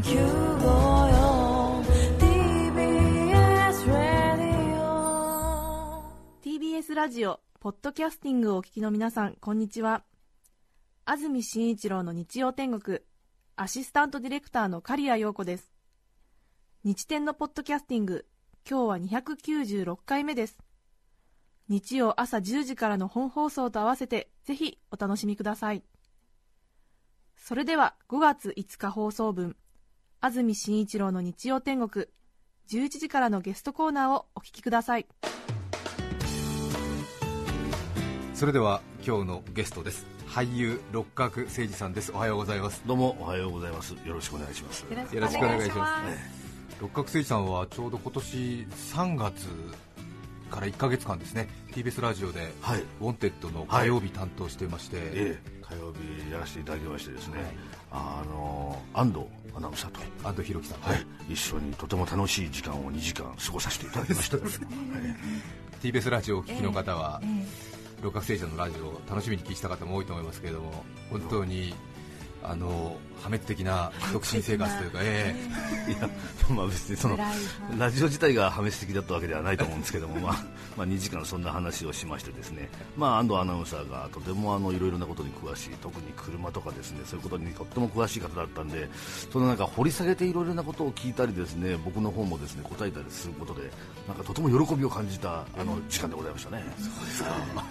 TBS ラジオポッドキャスティングをお聞きの皆さん、こんにちは。安住紳一郎の日曜天国、アシスタントディレクターの刈谷陽子です。日天のポッドキャスティング、今日は296回目です。日曜朝10時からの本放送と合わせてぜひお楽しみください。それでは5月5日放送分、安住紳一郎の日曜天国、11時からのゲストコーナーをお聞きください。 それでは今日のゲストです。俳優六角誠児さんです。おはようございます。 どうもおはようございます。よろしくお願いします。 よろしくお願いします。 六角誠児さんはちょうど今年3月から1ヶ月間ですね、 TBS ラジオで、はい、ウォンテッドの火曜日担当していまして、 火曜日やらせていただきましてですね、安藤アナウンサーと安藤弘樹さん、 一緒にとても楽しい時間を2時間過ごさせていただきました TBS ラジオをお聞きの方は、六角誠児さんのラジオを楽しみに聞いた方も多いと思いますけれども、本当に破滅的な独身生活というか、いや、別にそのラジオ自体が破滅的だったわけではないと思うんですけども、2時間そんな話をしましてですね、安藤アナウンサーがとてもいろいろなことに詳しい、特に車とかですね、そういうことにとっても詳しい方だったんで、その掘り下げていろいろなことを聞いたりですね、僕の方もですね答えたりすることで、とても喜びを感じた時間でございましたね。そうですか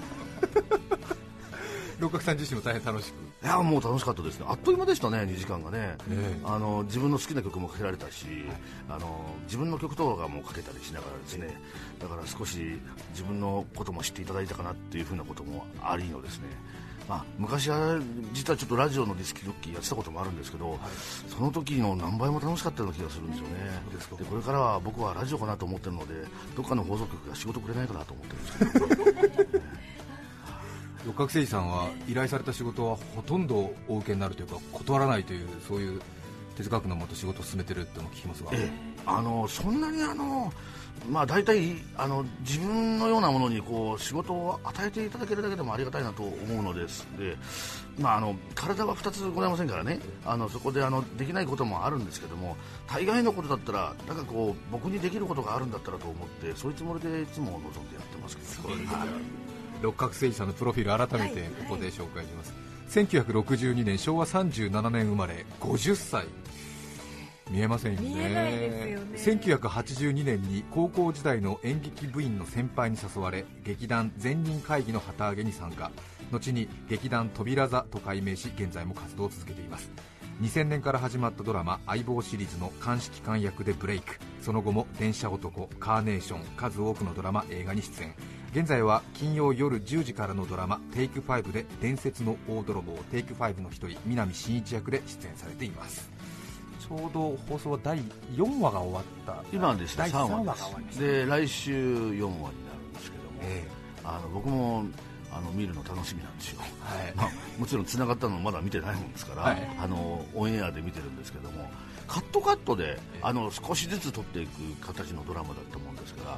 六角さん自身も大変楽しく。 いや、もう楽しかったですね。あっという間でしたね、2時間がね。自分の好きな曲もかけられたし、自分の曲とかもかけたりしながらですね、だから少し自分のことも知っていただいたかなっていうふうなこともありのですね、昔は実はちょっとラジオのディスクジョッキーやってたこともあるんですけど、その時の何倍も楽しかったような気がするんですよね。でこれからは僕はラジオかなと思ってるので、どっかの放送局が仕事くれないかなと思ってるんですけど六角誠児さんは依頼された仕事はほとんどお受けになるというか、断らないという、そういう哲学のもと仕事を進めてるってのも聞きますが、 そんなに大体自分のようなものに仕事を与えていただけるだけでもありがたいなと思うのです。で、体は2つございませんからね、そこでできないこともあるんですけども、大概のことだったら僕にできることがあるんだったらと思って、そういうつもりでいつも望んでやってますけど、 六角誠児さんのプロフィール改めてここで紹介します。1962年昭和37年生まれ、50歳、見えませんよね。 見えないですよね。 1982年に高校時代の演劇部員の先輩に誘われ、劇団善人会議の旗揚げに参加、後に劇団扉座と改名し、現在も活動を続けています。2000年から始まったドラマ相棒シリーズの鑑識官役でブレイク、その後も電車男、カーネーション、数多くのドラマ映画に出演。現在は金曜夜10時からのドラマテイク5で伝説の大泥棒テイク5の一人、南真一役で出演されています。ちょうど放送は第4話が終わった。 今ですね、 第3話が 3 終わりました。 で来週4話になるんですけども、僕も見るの楽しみなんですよ、もちろんつながったのまだ見てないもんですから、オンエアで見てるんですけども、カットで少しずつ撮っていく形のドラマだと思うんですから、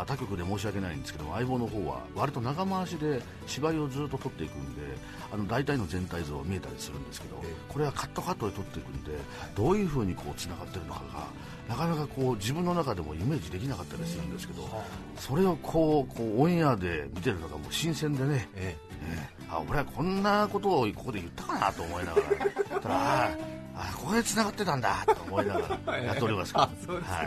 他局で申し訳ないんですけども、相棒の方は割と長回しで芝居をずっと撮っていくんで、大体の全体像は見えたりするんですけど、これはカットで撮っていくんで、どういう風につながってるのかがなかなか自分の中でもイメージできなかったりするんですけど、それをオンエアで見てるのがもう新鮮でね、俺はこんなことをここで言ったかなと思いながらたらここで繋がってたんだと思いながらやっておりますけどそうです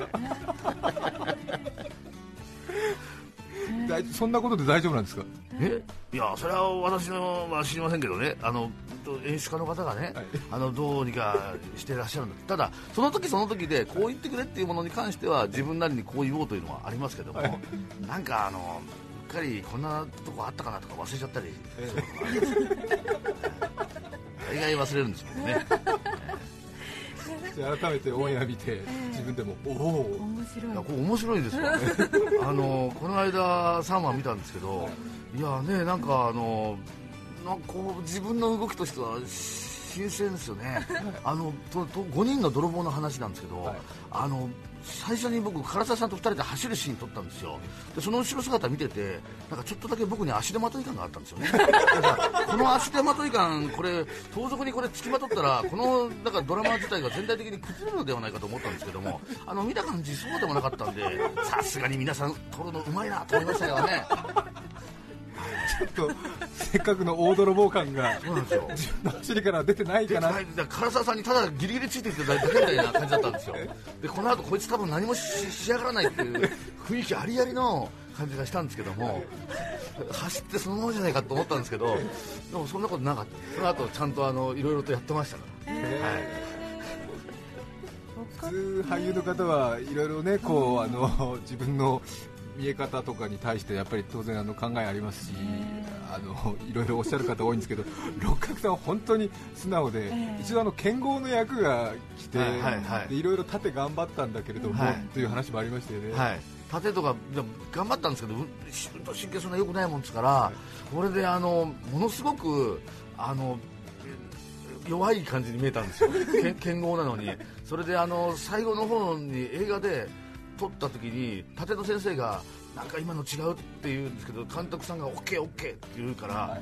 か、そんなことで大丈夫なんですか？ いや、それは私は知りませんけどね、演出家の方がね、どうにかしてらっしゃるんだ。ただその時その時でこう言ってくれっていうものに関しては自分なりにこう言おうというのはありますけども、なんかうっかりこんなとこあったかなとか忘れちゃったりするのがあります大概忘れるんですよね改めてオンエア見て自分でも面白い。 これ面白いですよねこの間3話見たんですけど、いやね、なんか自分の動きとしては新鮮ですよね5人の泥棒の話なんですけど、はい、最初に僕唐沢さんと2人で走るシーン撮ったんですよ。でその後ろ姿見ててなんかちょっとだけ僕に足手まとい感があったんですよねこの足手まとい感これ盗賊にこれ付きまとったらこのなんかドラマ自体が全体的に崩れるのではないかと思ったんですけども見た感じそうでもなかったんでさすがに皆さん撮るのうまいなと思いましたけどねちょっとせっかくの大泥棒感が自分の走りから出てないかな。 唐沢さんにただギリギリついてきてだけみたいな感じだったんですよ。でこの後こいつ多分何も しやがらないっていう雰囲気ありありの感じがしたんですけども走ってそのままじゃないかと思ったんですけどでもそんなことなかった。その後ちゃんといろいろとやってましたから、はい、 普通俳優の方はいろいろねこう自分の見え方とかに対してやっぱり当然考えありますしいろいろおっしゃる方多いんですけど六角さんは本当に素直で、一度剣豪の役が来て、いろいろ盾頑張ったんだけれども、という話もありましたよね、 はい、盾とか頑張ったんですけど神経そんな良くないもんですから、これでものすごく弱い感じに見えたんですよ剣豪なのに。それで最後の方に映画で撮った時に立野先生がなんか今の違うって言うんですけど監督さんが OKOK って言うから、はい、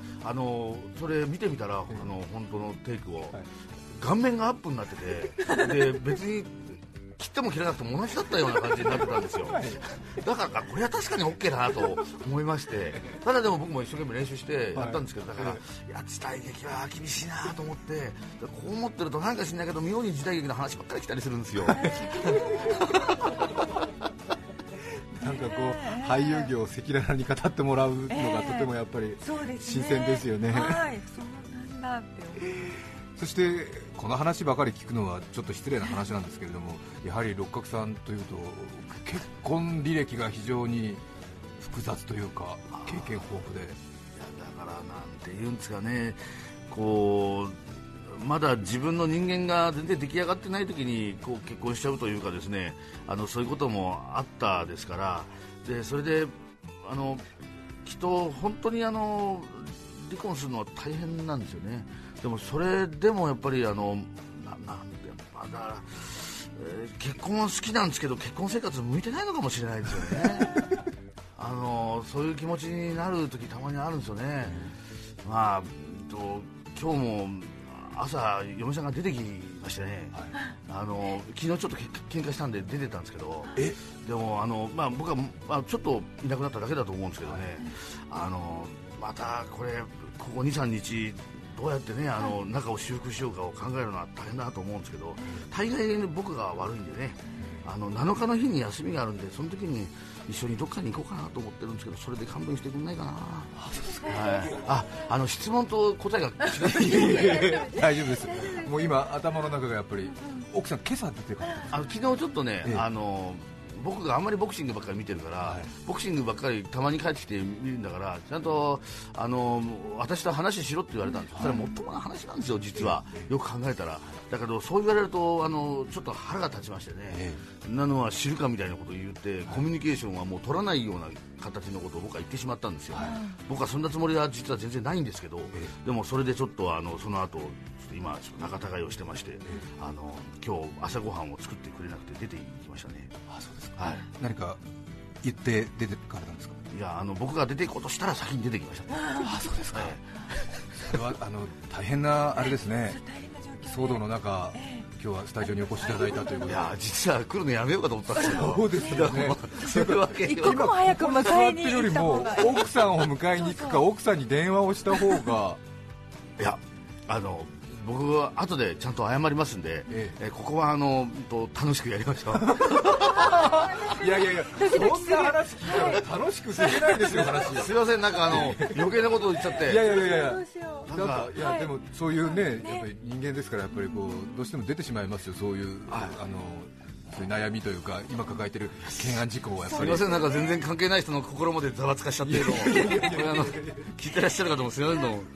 それ見てみたら本当のテイクを、はい、顔面がアップになっててで別に切っても切らなくても同じだったような感じになってたんですよ、はい、だからこれは確かに OK だなと思いましてただでも僕も一生懸命練習してやったんですけど、だから時代劇は厳しいなと思ってこう思ってるとなんか知んないけど妙に時代劇の話ばっかり来たりするんですよなんかこう俳優業を赤裸々に語ってもらうのがとてもやっぱり新鮮ですよね、 はい、そうなんだって思う。 そしてこの話ばかり聞くのはちょっと失礼な話なんですけれども、やはり六角さんというと結婚履歴が非常に複雑というか経験豊富で、いやだからなんていうんですかね、こうまだ自分の人間が全然出来上がってない時にこう結婚しちゃうというかですね、そういうこともあったですから、でそれできっと本当に離婚するのは大変なんですよね。でもそれでもやっぱりなんでまだ、結婚は好きなんですけど結婚生活向いてないのかもしれないですよねそういう気持ちになる時たまにあるんですよね。まあ今日も朝嫁さんが出てきましてね、はい、昨日ちょっと喧嘩したんで出てたんですけど、でも僕は、ちょっといなくなっただけだと思うんですけどね、またこれここ 2,3 日どうやってね仲を修復しようかを考えるのは大変だと思うんですけど、大概僕が悪いんでね、7日の日に休みがあるんでその時に一緒にどっかに行こうかなと思ってるんですけど、それで勘弁してくれないかな。はい、質問と答えが違う大丈夫です。もう今頭の中がやっぱり奥さん今朝出てる昨日ちょっとね、僕があんまりボクシングばっかり見てるから、はい、ボクシングばっかりたまに帰ってきて見るんだからちゃんと私と話しろって言われたんですよ。それはもっともな話なんですよ実は、よく考えたら。だけどそう言われるとちょっと腹が立ちましてね、なのは知るかみたいなことを言ってコミュニケーションはもう取らないような形のことを僕は言ってしまったんですよ、僕はそんなつもりは実は全然ないんですけど、でもそれでちょっとその後今ちょっと仲違いをしてまして、今日朝ごはんを作ってくれなくて出て行きましたね。 そうですか、はい、何か言って出てからなんですか。 いや僕が出て行こうとしたら先に出てきました。 そうですか、それは大変なあれですね騒動の中、今日はスタジオにお越しいただいたということで。いや実は来るのやめようかと思ったんですけどそうですよね一刻も早く迎えに行った方が、 奥さんを迎えに行くか奥さんに電話をした方がいや僕は後でちゃんと謝りますんで、ここは楽しくやりましょういやそんな話聞いたら楽しくできないですよ話すいません、なんか余計なことを言っちゃって。 いやでもそういうねやっぱり人間ですから、やっぱりこうどうしても出てしまいますよ、そういうそういう悩みというか今抱えている懸案事項をやっぱり。 すみません、なんか全然関係ない人の心までざわつかしちゃってるのを聞いてらっしゃる方もすみませんの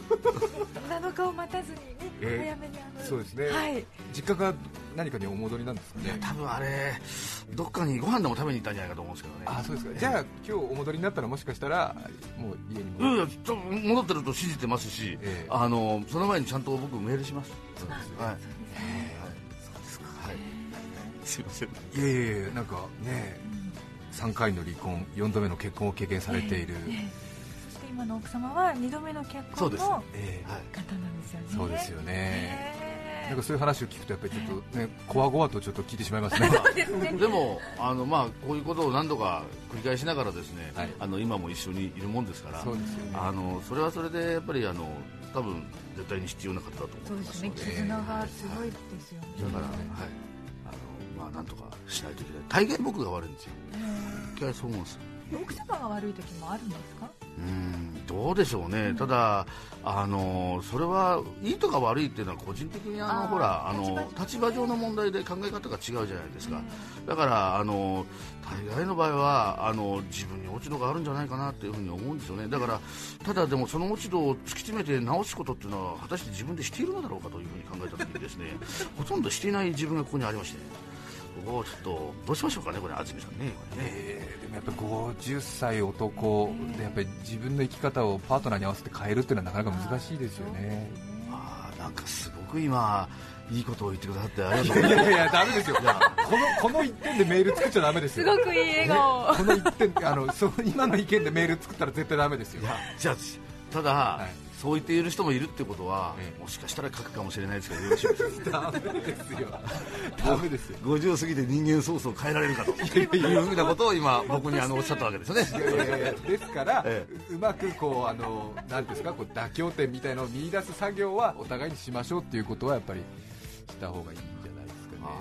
7日を待たずにね、早めにそうですね、はい、実家が何かにお戻りなんですかね。 多分あれどっかにご飯でも食べに行ったんじゃないかと思うんですけどね。 あ、そうですか。じゃあ今日お戻りになったらもしかしたらもう家に戻ってると信じてますし、その前にちゃんと僕メールします。そうですね、はい、そうですか、はい、すいません。 いやなんかね、3回の離婚4度目の結婚を経験されている、 そして今の奥様は2度目の結婚の方なんですよね。 そうですよね。なんかそういう話を聞くとやっぱりちょっとね、こわごわとちょっと聞いてしまいますね。 でもまあこういうことを何度か繰り返しながらですね、はい、今も一緒にいるもんですから、 そうですよね、 それはそれでやっぱり多分絶対に必要な方だと思いますので。 そうですね、絆がすごいですよね。 だから、はい、まあなんとかしないといけない。大概僕が悪いんですよ。一回そう思うんですよ。 奥様が悪い時もあるんですか？ どうでしょうね。ただそれはいいとか悪いっていうのは個人的にほら立場上の問題で考え方が違うじゃないですか。だから大概の場合は自分に落ち度があるんじゃないかなっていうふうに思うんですよね。だからただでもその落ち度を突き詰めて直すことっていうのは果たして自分でしているのだろうかというふうに考えた時にですねほとんどしていない自分がここにありまして、ここをちょっとどうしましょうかね、これ安住さんね。 でもやっぱり50歳男でやっぱり自分の生き方をパートナーに合わせて変えるっていうのはなかなか難しいですよね。 なんかすごく今いいことを言ってくださってありがとうございます。 いやダメですよ。この一点でメール作っちゃダメですよ。 すごくいい笑顔。 この一点今の意見でメール作ったら絶対ダメですよ。 じゃあただ、はい、そう言っている人もいるってことは、もしかしたら書くかもしれないですけどよろしいですか？ ダメですよ。ダメですよ。 50過ぎて人間ソースを変えられるかというふうなことを今僕におっしゃったわけですよね。 ですから、うまくなんですか、妥協点みたいなのを見出す作業はお互いにしましょうっていうことはやっぱりした方がいいんじゃないですかね。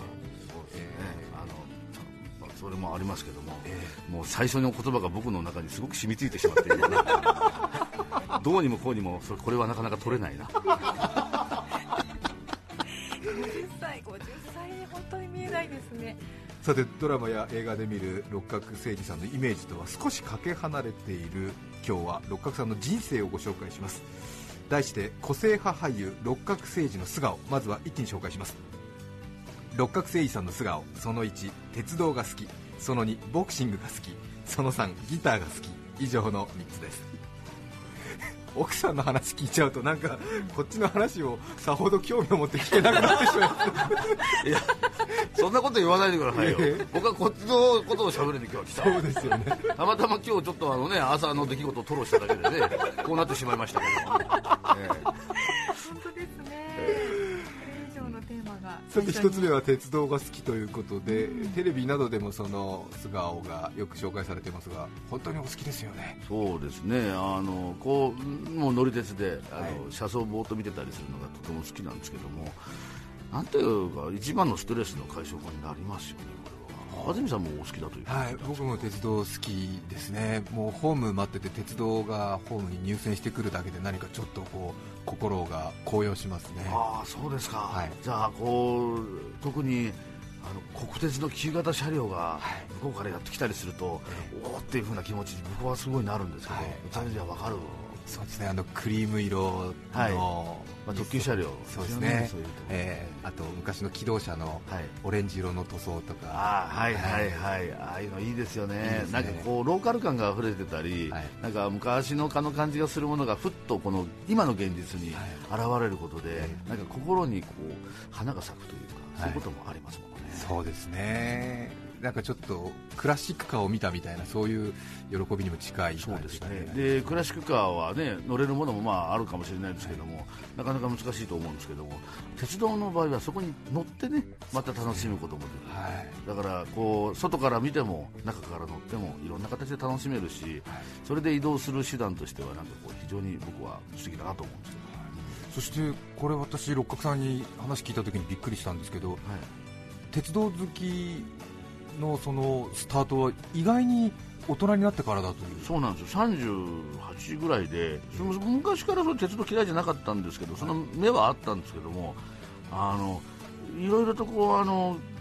それもありますけども、もう最初の言葉が僕の中にすごく染みついてしまっているようなどうにもこうにもこれはなかなか取れないな。 50歳に本当に見えないですね。 さてドラマや映画で見る六角誠児さんのイメージとは少しかけ離れている今日は六角さんの人生をご紹介します。題して個性派俳優六角誠児の素顔、まずは一気に紹介します。六角誠児さんの素顔、その1、鉄道が好き、その2、ボクシングが好き、その3、ギターが好き、以上の3つです。奥さんの話聞いちゃうとなんかこっちの話をさほど興味を持って聞けなくなってしまう。 いやそんなこと言わないでくださいよ。僕はこっちのことを喋るんで今日は来た。 そうですよね。 たまたま今日ちょっと朝の出来事を吐露しただけでねこうなってしまいましたけど、 本当ですね。 さて一つ目は鉄道が好きということで、テレビなどでもその素顔がよく紹介されていますが、本当にお好きですよね。 そうですね、もう乗り鉄で車窓をぼーっと見てたりするのがとても好きなんですけども、なんていうか一番のストレスの解消法になりますよね。これは安住さんもお好きだということですか？ 僕も鉄道好きですね。もうホーム待ってて鉄道がホームに入線してくるだけで何かちょっと心が高揚しますね。 ああそうですか、じゃあ特に国鉄の旧型車両が向こうからやってきたりすると、おーっていう風な気持ちに僕はすごいなるんですけど、それじゃ分かる。 そうですね、クリーム色の、 特急車両、 そうですね、あと昔の機動車のオレンジ色の塗装とか、 ああいうのいいですよね。なんかローカル感が溢れてたり、なんか昔の感じがするものがふっと今の現実に現れることで、なんか心に花が咲くというか、そういうこともありますもんね。 そうですね、なんかちょっとクラシックカーを見たみたいな、そういう喜びにも近い感じですね。 でクラシックカーはね、乗れるものもあるかもしれないですけども、なかなか難しいと思うんですけども、鉄道の場合はそこに乗ってね、また楽しむこともできる、だから外から見ても中から乗ってもいろんな形で楽しめるし、それで移動する手段としてはなんか非常に僕は素敵だなと思うんですけど。 そしてこれ私六角さんに話聞いた時にびっくりしたんですけど、鉄道好きのそのスタートは意外に大人になってからだという。 そうなんですよ、38ぐらいで、昔から鉄道嫌いじゃなかったんですけど、その目はあったんですけども、いろいろと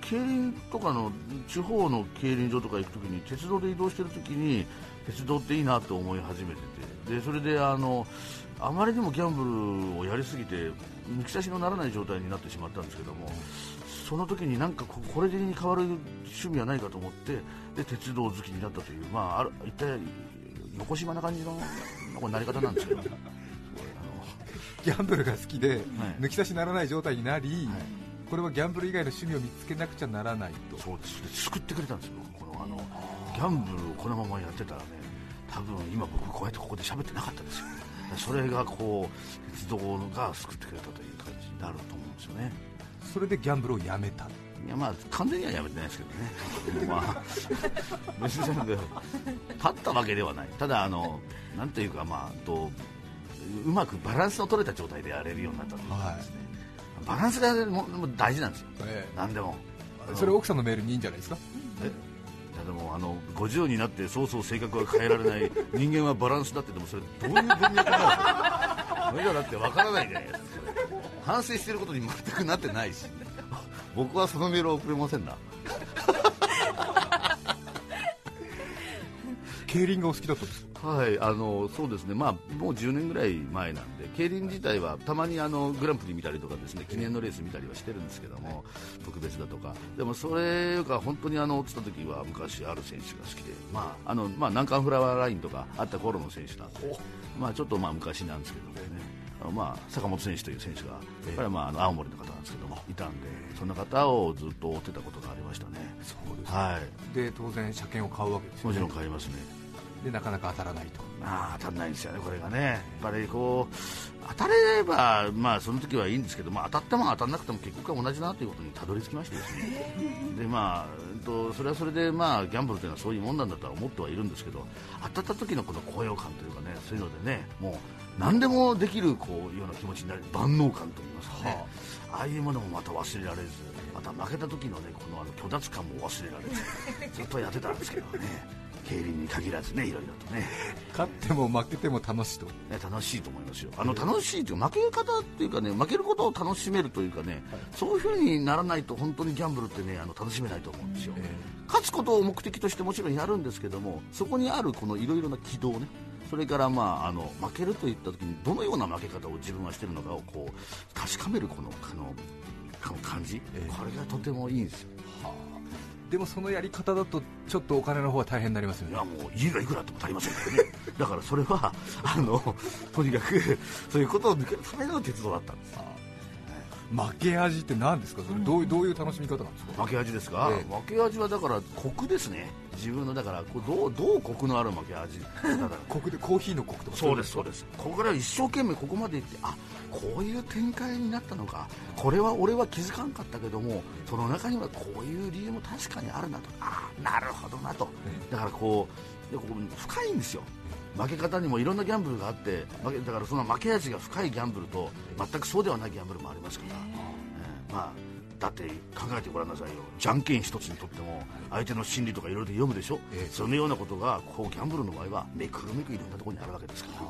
競輪とかの地方の競輪場とか行くときに鉄道で移動してるときに鉄道っていいなと思い始めてて、でそれであまりにもギャンブルをやりすぎて抜き差しのならない状態になってしまったんですけども、その時になんかこれに変わる趣味はないかと思ってで鉄道好きになったという、一体横島な感じのなり方なんですけどギャンブルが好きで、抜き差しならない状態になり、これはギャンブル以外の趣味を見つけなくちゃならないと。 そうです。救ってくれたんですよ。ギャンブルをこのままやってたらね、多分今僕こうやってここで喋ってなかったですよ。それが鉄道が救ってくれたという感じになると思うんですよね。 それでギャンブルをやめた。 いや完全にはやめてないですけどね別に立ったわけではない。ただなんというかうまくバランスの取れた状態でやれるようになったということですね。バランスが大事なんですよ、何でも。 それ奥さんのメールにいいんじゃないですか。 でも50になってそうそう性格が変えられない人間はバランスだって、でもそれどういう文脈なんですか。それじゃだってわからないじゃないですか。反省してることに全くなってないし僕はそのメールを送れませんな競輪がお好きだったんですか。 はい、そうですね、もう10年ぐらい前なんで、競輪自体はたまにグランプリ見たりとかですね、記念のレース見たりはしてるんですけども、特別だとか。でもそれが本当に落ちた時は昔ある選手が好きで、南韓フラワーラインとかあった頃の選手なんで、ちょっと昔なんですけどもね、坂本選手という選手がこれは青森の方なんですけどもいたんで、そんな方をずっと追ってたことがありましたね。 そうです、 はい、 で当然車検を買うわけですよね。 もちろん買いますね。 でなかなか当たらないと。 当たらないんですよね、これがね。やっぱり当たればその時はいいんですけど、当たっても当たらなくても結局は同じだなということにたどり着きましてですねでそれはそれでギャンブルというのはそういうもんなんだとは思ってはいるんですけど、当たった時のこの高揚感というかね、そういうのでね、もう何でもできるような気持ちになる万能感といいますかね、ああいうものもまた忘れられず、また負けた時のね虚脱感も忘れられずずっとやってたんですけどね競輪に限らずね、いろいろとね、 勝っても負けても楽しいと、 楽しいと思いますよ。楽しいという負け方っていうかね、負けることを楽しめるというかね、そういう風にならないと本当にギャンブルってね楽しめないと思うんですよ。勝つことを目的としてもちろんやるんですけども、そこにあるこのいろいろな軌道ね、それから負けるといった時にどのような負け方を自分はしているのかを確かめるこの感じ、これがとてもいいんですよ。 でもそのやり方だとちょっとお金の方は大変になりますよね。 いやもう家がいくらあっても足りませんからねだからそれはとにかくそういうことを抜けるための鉄道だったんです。 負け味って何ですか。それどういう楽しみ方なんですか。 負け味ですか、負け味はだからコクですね。自分のだからどうコクのある負け味コクでコーヒーのコクとか。 そうです。ここから一生懸命ここまでいって、こういう展開になったのか、これは俺は気づかんかったけども、その中にはこういう理由も確かにあるなと、なるほどなと。だから深いんですよ。負け方にもいろんなギャンブルがあって、だからその負け味が深いギャンブルと全くそうではないギャンブルもありますから、だって考えてごらんなさいよ。じゃんけん一つにとっても相手の心理とかいろいろと読むでしょ、そのようなことがギャンブルの場合はめくるめくいろんなところにあるわけですから、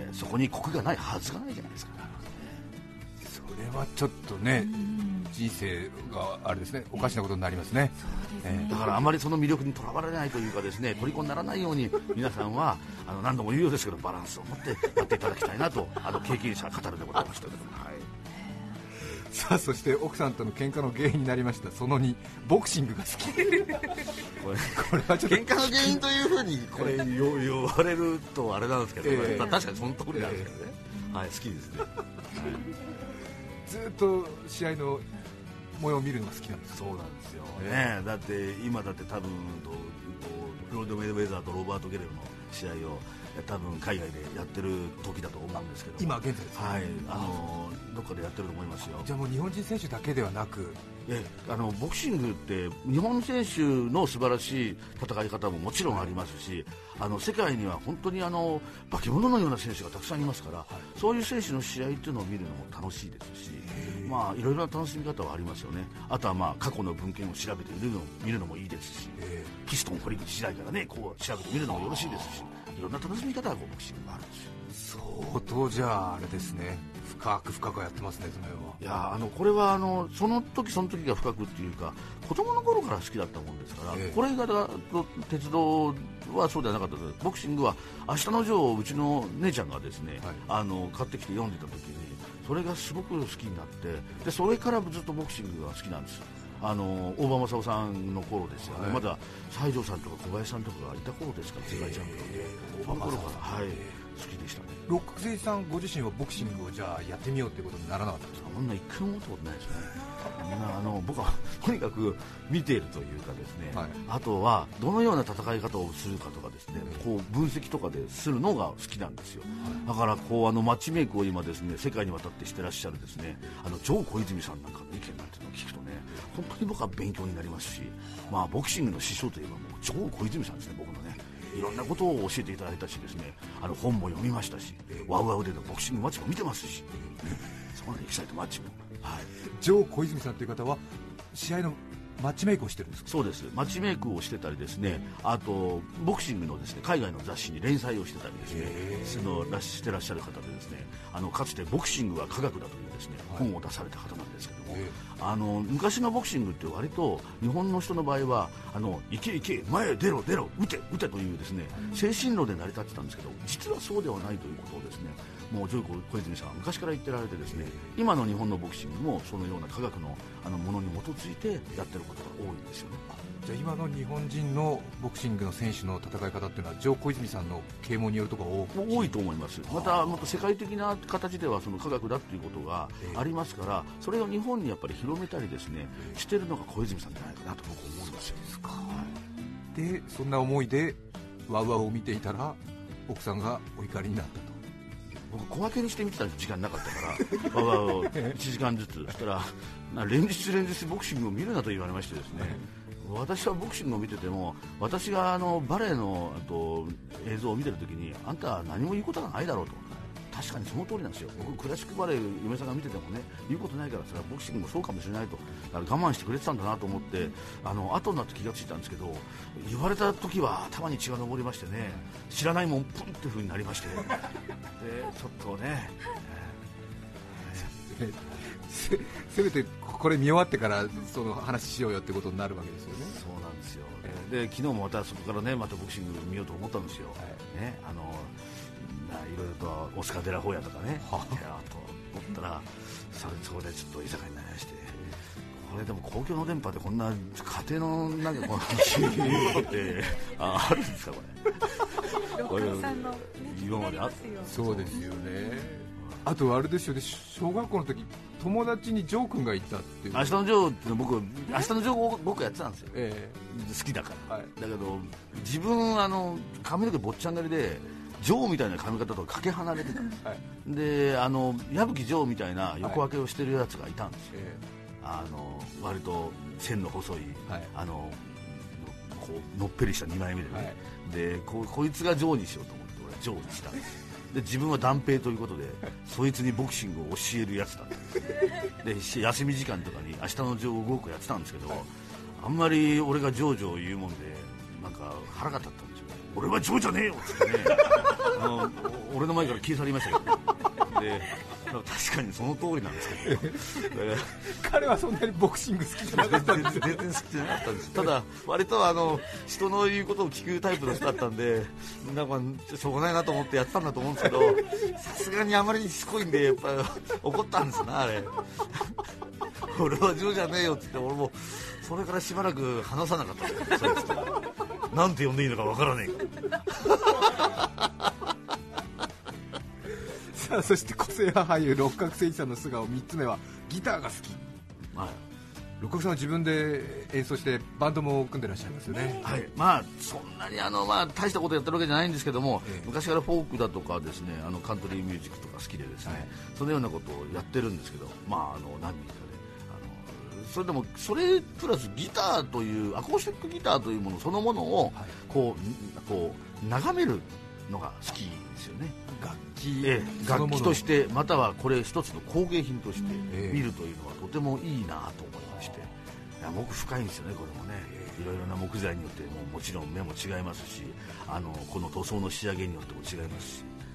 そこにコクがないはずがないじゃないですか。 それはちょっとね、人生があれですね、おかしなことになりますね。 だからあまりその魅力にとらわれないというかですね、虜にならないように皆さんは何度も言うようですけどバランスを持ってやっていただきたいなと経験者語るでございましたけども、 さあそして奥さんとの喧嘩の原因になりましたその2、ボクシングが好きこれはちょっと喧嘩の原因というふうにこれ言われるとあれなんですけど、確かにその通りなんですけどね、好きですね、 ずっと試合の模様を見るのが好きなんです。 そうなんですよ、だって今だって多分フロイド・メイウェザーとロバート・ゲレルの試合を多分海外でやってる時だと思うんですけど、 今現在ですか。 どっかでやってると思いますよ。 じゃあもう日本人選手だけではなく、 ボクシングって日本選手の素晴らしい戦い方ももちろんありますし、世界には本当に化け物のような選手がたくさんいますから、そういう選手の試合っていうのを見るのも楽しいですし、いろいろな楽しみ方はありますよね。あとは過去の文献を調べて見るのもいいですし、ピストン堀口時代からね調べてみるのもよろしいですし、いろんな楽しみ方がボクシングがあるんですよ。 相当じゃああれですね、 深くやってますね、その辺は。 いやこれはその時が深くっていうか、子供の頃から好きだったもんですから、これが鉄道はそうではなかったです。ボクシングは明日のジョーをうちの姉ちゃんがですね、買ってきて読んでた時にそれがすごく好きになって、でそれからずっとボクシングが好きなんです。大場正夫さんの頃ですよね、まだ西条さんとか小林さんとかがいた頃ですから、世界チャンピオンで、その頃から、好きでしたね。 六角誠一さんご自身はボクシングをじゃあやってみようということにならなかったんですか？ そんな一回も思ったことないですね。僕はとにかく見ているというかですね、あとはどのような戦い方をするかとかですね、こう分析とかでするのが好きなんですよ。だからこうマッチメイクを今ですね、世界にわたってしてらっしゃるですね、ジョー小泉さんなんかの意見なんていうのを聞くとね、本当に僕は勉強になりますし、ボクシングの師匠といえばもうジョー小泉さんですね。僕のね、いろんなことを教えていただいたしですね、本も読みましたし、ワウワウでのボクシングマッチも見てますし、そのエキサイトマッチも、 ジョー小泉さんという方は試合のマッチメイクをしてるんですか？ そうです。マッチメイクをしてたりですね、あとボクシングのですね、海外の雑誌に連載をしてたりですね、してらっしゃる方でですね、かつてボクシングは科学だというですね、本を出された方なんですけども、昔のボクシングって割と日本の人の場合は行け行け、前へ出ろ出ろ、撃て撃てというですね、精神論で成り立ってたんですけど、実はそうではないということをですね、もうジョー小泉さんは昔から言ってられてですね、今の日本のボクシングもそのような科学のものに基づいてやってることが多いんですよね。 じゃあ今の日本人のボクシングの選手の戦い方っていうのはジョー小泉さんの啓蒙によるところが多いと思います。またもっと世界的な形ではその科学だっていうことがありますから、それを日本にやっぱり広めたりですねしてるのが小泉さんじゃないかなと僕は思いますよ。 でそんな思いでワウワウを見ていたら奥さんがお怒りになったと。 僕小分けにして見てた時間なかったからワウワウを1時間ずつ、そしたら連日ボクシングを見るなと言われましてですね、私はボクシングを見てても、私がバレエの映像を見てるときに、あんたは何も言うことがないだろうと。確かにその通りなんですよ。僕クラシックバレエ嫁さんが見ててもね、言うことないから、それはボクシングもそうかもしれないと、だから我慢してくれてたんだなと思って、後になって気がついたんですけど、言われた時は頭に血が上りましてね、知らないもんプンって風になりまして、でちょっとね、 せめてこれ見終わってからその話しようよってことになるわけですよね。 そうなんですよ。で昨日もまたそこからね、またボクシング見ようと思ったんですよ。ね、いろいろとオスカー・デラホヤとかね、あと思ったらそこでちょっと居酒屋になりまして、これでも公共の電波でこんな家庭のなんかこの話言うことってあるんですかこれ。今まであった。 そうですよね。あとあれですよね、小学校の時友達にジョー君がいたっていう。 明日のジョーって僕、明日のジョーを僕やってたんですよ、好きだから、だけど自分髪の毛坊っちゃん狩りでジョーみたいな髪型とかけ離れてたんです、で矢吹ジョーみたいな横分けをしてるやつがいたんですよ、割と線の細い、こうのっぺりした2枚目でね、でこいつがジョーにしようと思って俺はジョーにしたんですよ。で自分は断平ということでそいつにボクシングを教えるやつだで休み時間とかに明日のジョーを動くやってたんですけど、あんまり俺がジョー言うもんでなんか腹が立ったんですよ。俺はジョーじゃねえよってね俺の前から消え去りましたけど、で確かにその通りなんですけど彼はそんなにボクシング好きじゃなかったんですよ。 全然好きじゃなかったんです。ただ割と人の言うことを聞くタイプの人だったんで、なんかしょうがないなと思ってやってたんだと思うんですけど、さすがにあまりにしつこいんでやっぱり怒ったんですなあれ俺はジョーじゃねえよって言って、俺もそれからしばらく話さなかったそうですなんて呼んでいいのかわからねえさあそして個性派俳優六角誠一さんの素顔3つ目はギターが好き、六角さんは自分で演奏してバンドも組んでらっしゃいますよね。 そんなに大したことやってるわけじゃないんですけども、昔からフォークだとかですね、カントリーミュージックとか好きでですね、そのようなことをやってるんですけど、何人かでそれでもそれプラスギターというアコースティックギターというものそのものをこう眺めるのが好きですよね。楽器としてまたはこれ一つの工芸品として見るというのはとてもいいなと思いまして、奥深いんですよね。これもね、いろいろな木材によってもちろん目も違いますし、この塗装の仕上げによっても違いますし、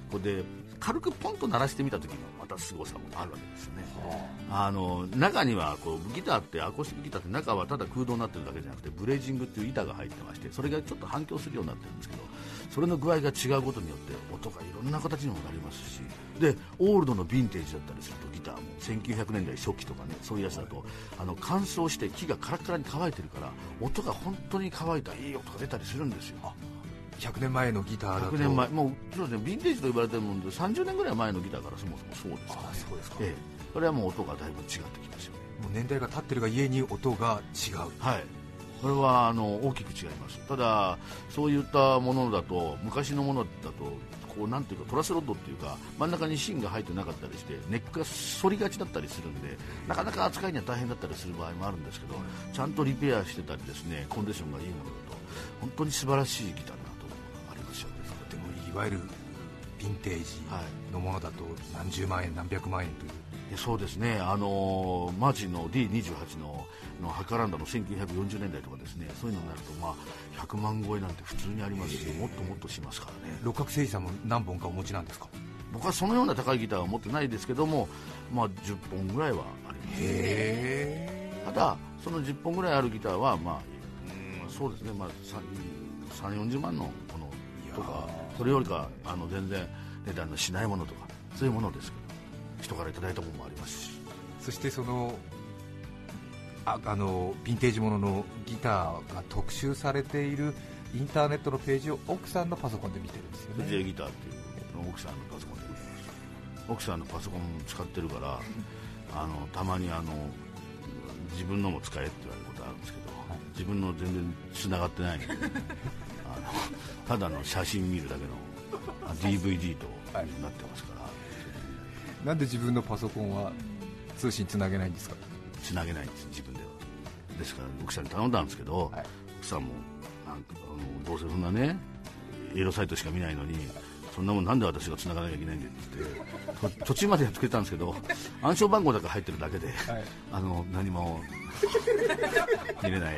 こで軽くポンと鳴らしてみた時のまた凄さもあるわけですよね。中にはこうギターってアコースティックギターって中はただ空洞になってるだけじゃなくてブレージングっていう板が入ってまして、それがちょっと反響するようになってるんですけど、それの具合が違うことによって音がいろんな形にもなりますし、でオールドのヴィンテージだったりするとギターも1900年代初期とかね、そういうやつだと乾燥して木がカラッカラに乾いてるから音が本当に乾いたいい音が出たりするんですよ。 100年前のギターだと、 100年前もうそうですね、ヴィンテージと呼ばれてるもので30年ぐらい前のギターからそもそもそうですから、ね、 そうですか、 それはもう音がだいぶ違ってきますよね。 もう年代が経ってるが家に音が違う。 はい、これは大きく違います。ただそういったものだと、昔のものだとこうなんていうかトラスロッドっていうか真ん中に芯が入ってなかったりしてネックが反りがちだったりするんで、なかなか扱いには大変だったりする場合もあるんですけど、ちゃんとリペアしてたりですね、コンディションがいいものだと本当に素晴らしいギターだなと思うのがありますよね。 でもいわゆるヴィンテージのものだと何十万円何百万円という。 そうですね、マーチンの D28 のハカランダの1940年代とかですね、そういうのになると、100万超えなんて普通にありますし、もっともっとしますからね。 六角誠治さんも何本かお持ちなんですか？ 僕はそのような高いギターは持ってないですけども、10本ぐらいはあります、ね、ただその10本ぐらいあるギターは、そうですね、3、40万のものとか、それよりか全然値段のしないものとか、そういうものですけど、人からいただいたものもありますし、 そしてそのヴィンテージもののギターが特集されているインターネットのページを奥さんのパソコンで見てるんですよね。 藤江ギターっていう奥さんのパソコンで見てます。奥さんのパソコン使ってるからたまに自分のも使えって言われることあるんですけど、自分の全然繋がってないのでただの写真見るだけのDVD となってますから、 なんで自分のパソコンは通信つなげないんですか？ つなげないんです、自分では。ですから奥さんに頼んだんですけど、奥さんもどうせそんなねエロサイトしか見ないのに、そんなもんなんで私がつながなきゃいけないんだって途中までやってくれたんですけど、暗証番号だけ入ってるだけで、何も見れない、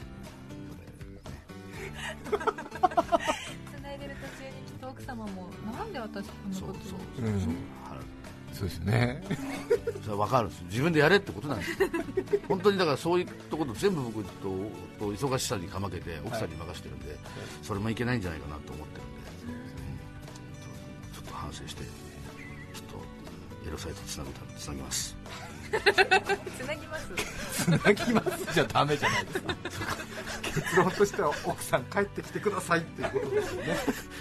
つないでる途中にきっと奥様もなんで私こんなことを、 そうですねそれ分かるんです、自分でやれってことなんです本当に。だからそういうところ全部僕と忙しさにかまけて奥さんに任せてるんで、それもいけないんじゃないかなと思ってるんで、ちょっと反省して、ちょっとエロサイトつなぎますつなぎますつなぎますじゃダメじゃないですか結論としては奥さん帰ってきてくださいっていうことですよね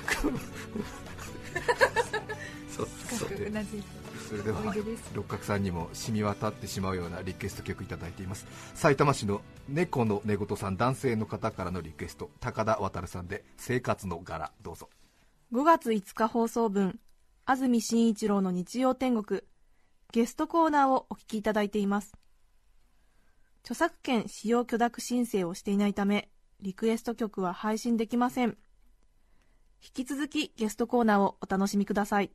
それでは六角さんにも染み渡ってしまうようなリクエスト曲いただいています。埼玉市の猫の寝言さん、男性の方からのリクエスト、高田渉さんで生活の柄。どうぞ。 5月5日放送分、安住紳一郎の日曜天国、ゲストコーナーをお聞きいただいています。著作権使用許諾申請をしていないため、リクエスト曲は配信できません。引き続きゲストコーナーをお楽しみください。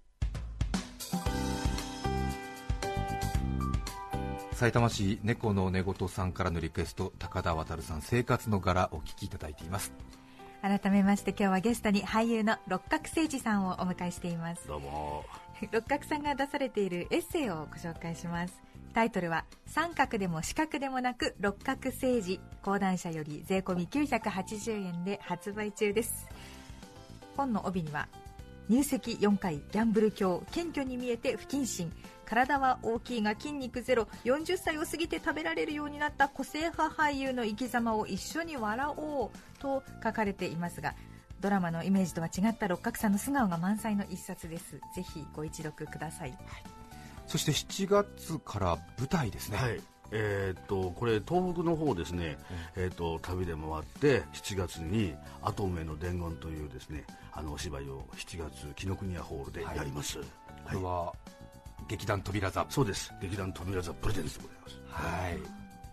埼玉市猫の寝言さんからのリクエスト、高田渉さん、生活の柄お聞きいただいています。 改めまして今日はゲストに俳優の六角誠治さんをお迎えしています。 どうも。 六角さんが出されているエッセイをご紹介します。タイトルは三角でも四角でもなく六角誠治、講談社より税込み980円で発売中です。本の帯には入籍4回、ギャンブル狂、謙虚に見えて不謹慎、体は大きいが筋肉ゼロ、40歳を過ぎて食べられるようになった個性派俳優の生き様を一緒に笑おうと書かれていますが、ドラマのイメージとは違った六角さんの素顔が満載の一冊です。ぜひご一読ください。 そして7月から舞台ですね。 これ東北の方ですね、旅で回って7月にアトムへの伝言というですね、お芝居を7月紀ノ国屋ホールでやります。 これは劇団扉座。 そうです、劇団扉座プレゼンツでございます。 はい。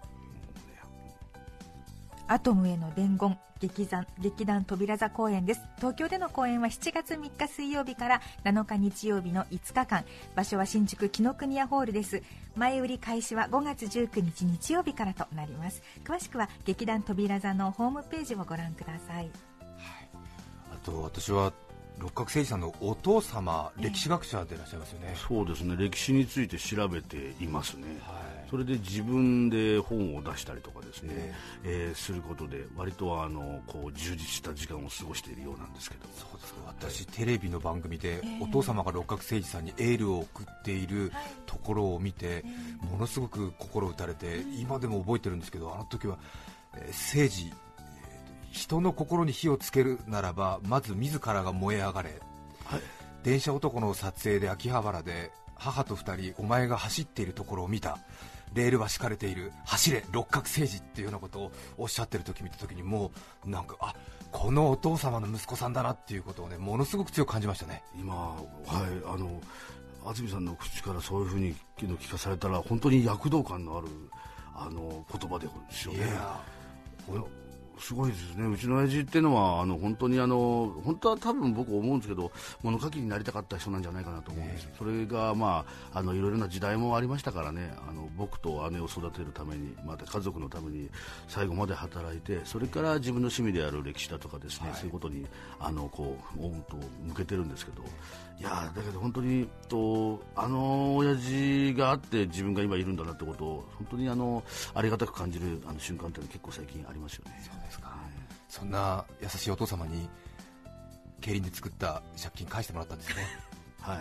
アトムへの伝言、劇団扉座公演です。東京での公演は7月3日水曜日から7日日曜日の5日間、場所は新宿紀ノ国屋ホールです。前売り開始は5月19日日曜日からとなります。詳しくは劇団扉座のホームページをご覧ください。 あと私は六角誠治さんのお父様、歴史学者でいらっしゃいますよね。 そうですね、歴史について調べていますね、それで自分で本を出したりとかですね、することで割とこう充実した時間を過ごしているようなんですけど。 そうですか。私、テレビの番組でお父様が六角誠治さんにエールを送っているところを見て、ものすごく心打たれて、今でも覚えてるんですけど、あの時は誠治、人の心に火をつけるならばまず自らが燃え上がれ、電車男の撮影で秋葉原で母と2人お前が走っているところを見た、レールは敷かれている、走れ六角誠治っていうようなことをおっしゃってる時見た時に、もうなんかこのお父様の息子さんだなっていうことをね、ものすごく強く感じましたね。 今、安住さんの口からそういうふうに聞かされたら本当に躍動感のある言葉ですよね。すごいですね。うちの親父っていうのは本当に本当は多分僕思うんですけど、物書きになりたかった人なんじゃないかなと思うんです。それがいろいろな時代もありましたからね、僕と姉を育てるために、また家族のために最後まで働いて、それから自分の趣味である歴史だとかですね、そういうことにこう向けてるんですけど、いやだけど本当に親父があって自分が今いるんだなってことを本当にありがたく感じる瞬間っていうのは結構最近ありますよね。 そうですか。そんな優しいお父様に競輪で作った借金返してもらったんですね。 はい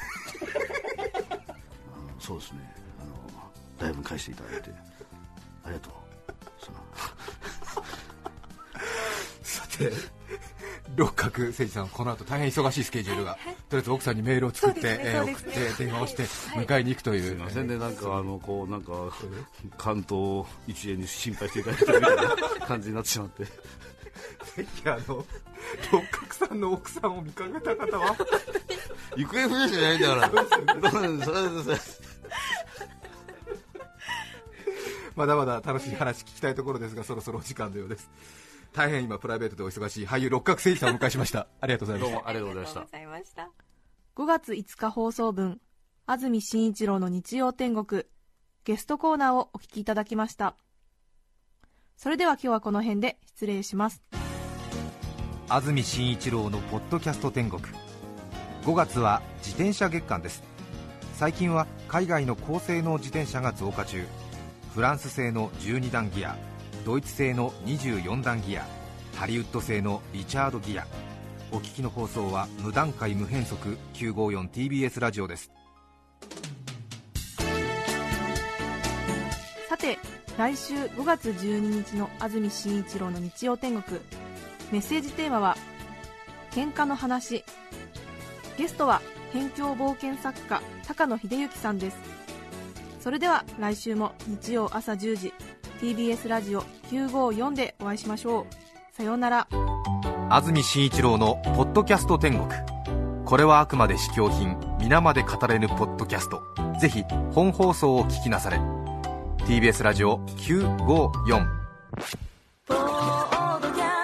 そうですね、だいぶ返していただいてありがとう。 さて、六角誠治さん、この後大変忙しいスケジュールが、とりあえず奥さんにメールを作って、送って電話をして迎えに行くという、 すいませんね、なんか関東一円に心配していただいてるみたいな感じになってしまってぜひ六角さんの奥さんを見かけた方は行方不明じゃないんだからまだまだ楽しい話聞きたいところですが、そろそろお時間のようです。大変今プライベートでお忙しい俳優六角誠治さんをお迎えしました。ありがとうございました。 どうもありがとうございました。 5月5日放送分、安住紳一郎の日曜天国、ゲストコーナーをお聞きいただきました。それでは今日はこの辺で失礼します。 安住紳一郎のポッドキャスト天国、5月は自転車月間です。最近は海外の高性能自転車が増加中。フランス製の12段ギア、ドイツ製の24段ギア、ハリウッド製のリチャードギア。お聞きの放送は無段階無変則 954TBS ラジオです。 さて、来週5月12日の安住紳一郎の日曜天国、メッセージテーマは喧嘩の話。ゲストは辺境冒険作家高野秀幸さんです。それでは来週も日曜朝10時 TBS ラジオ954でお会いしましょう。さようなら。 安住紳一郎のポッドキャスト天国、これはあくまで試供品、皆まで語れぬポッドキャスト。ぜひ本放送を聞きなされ。 TBS ラジオ954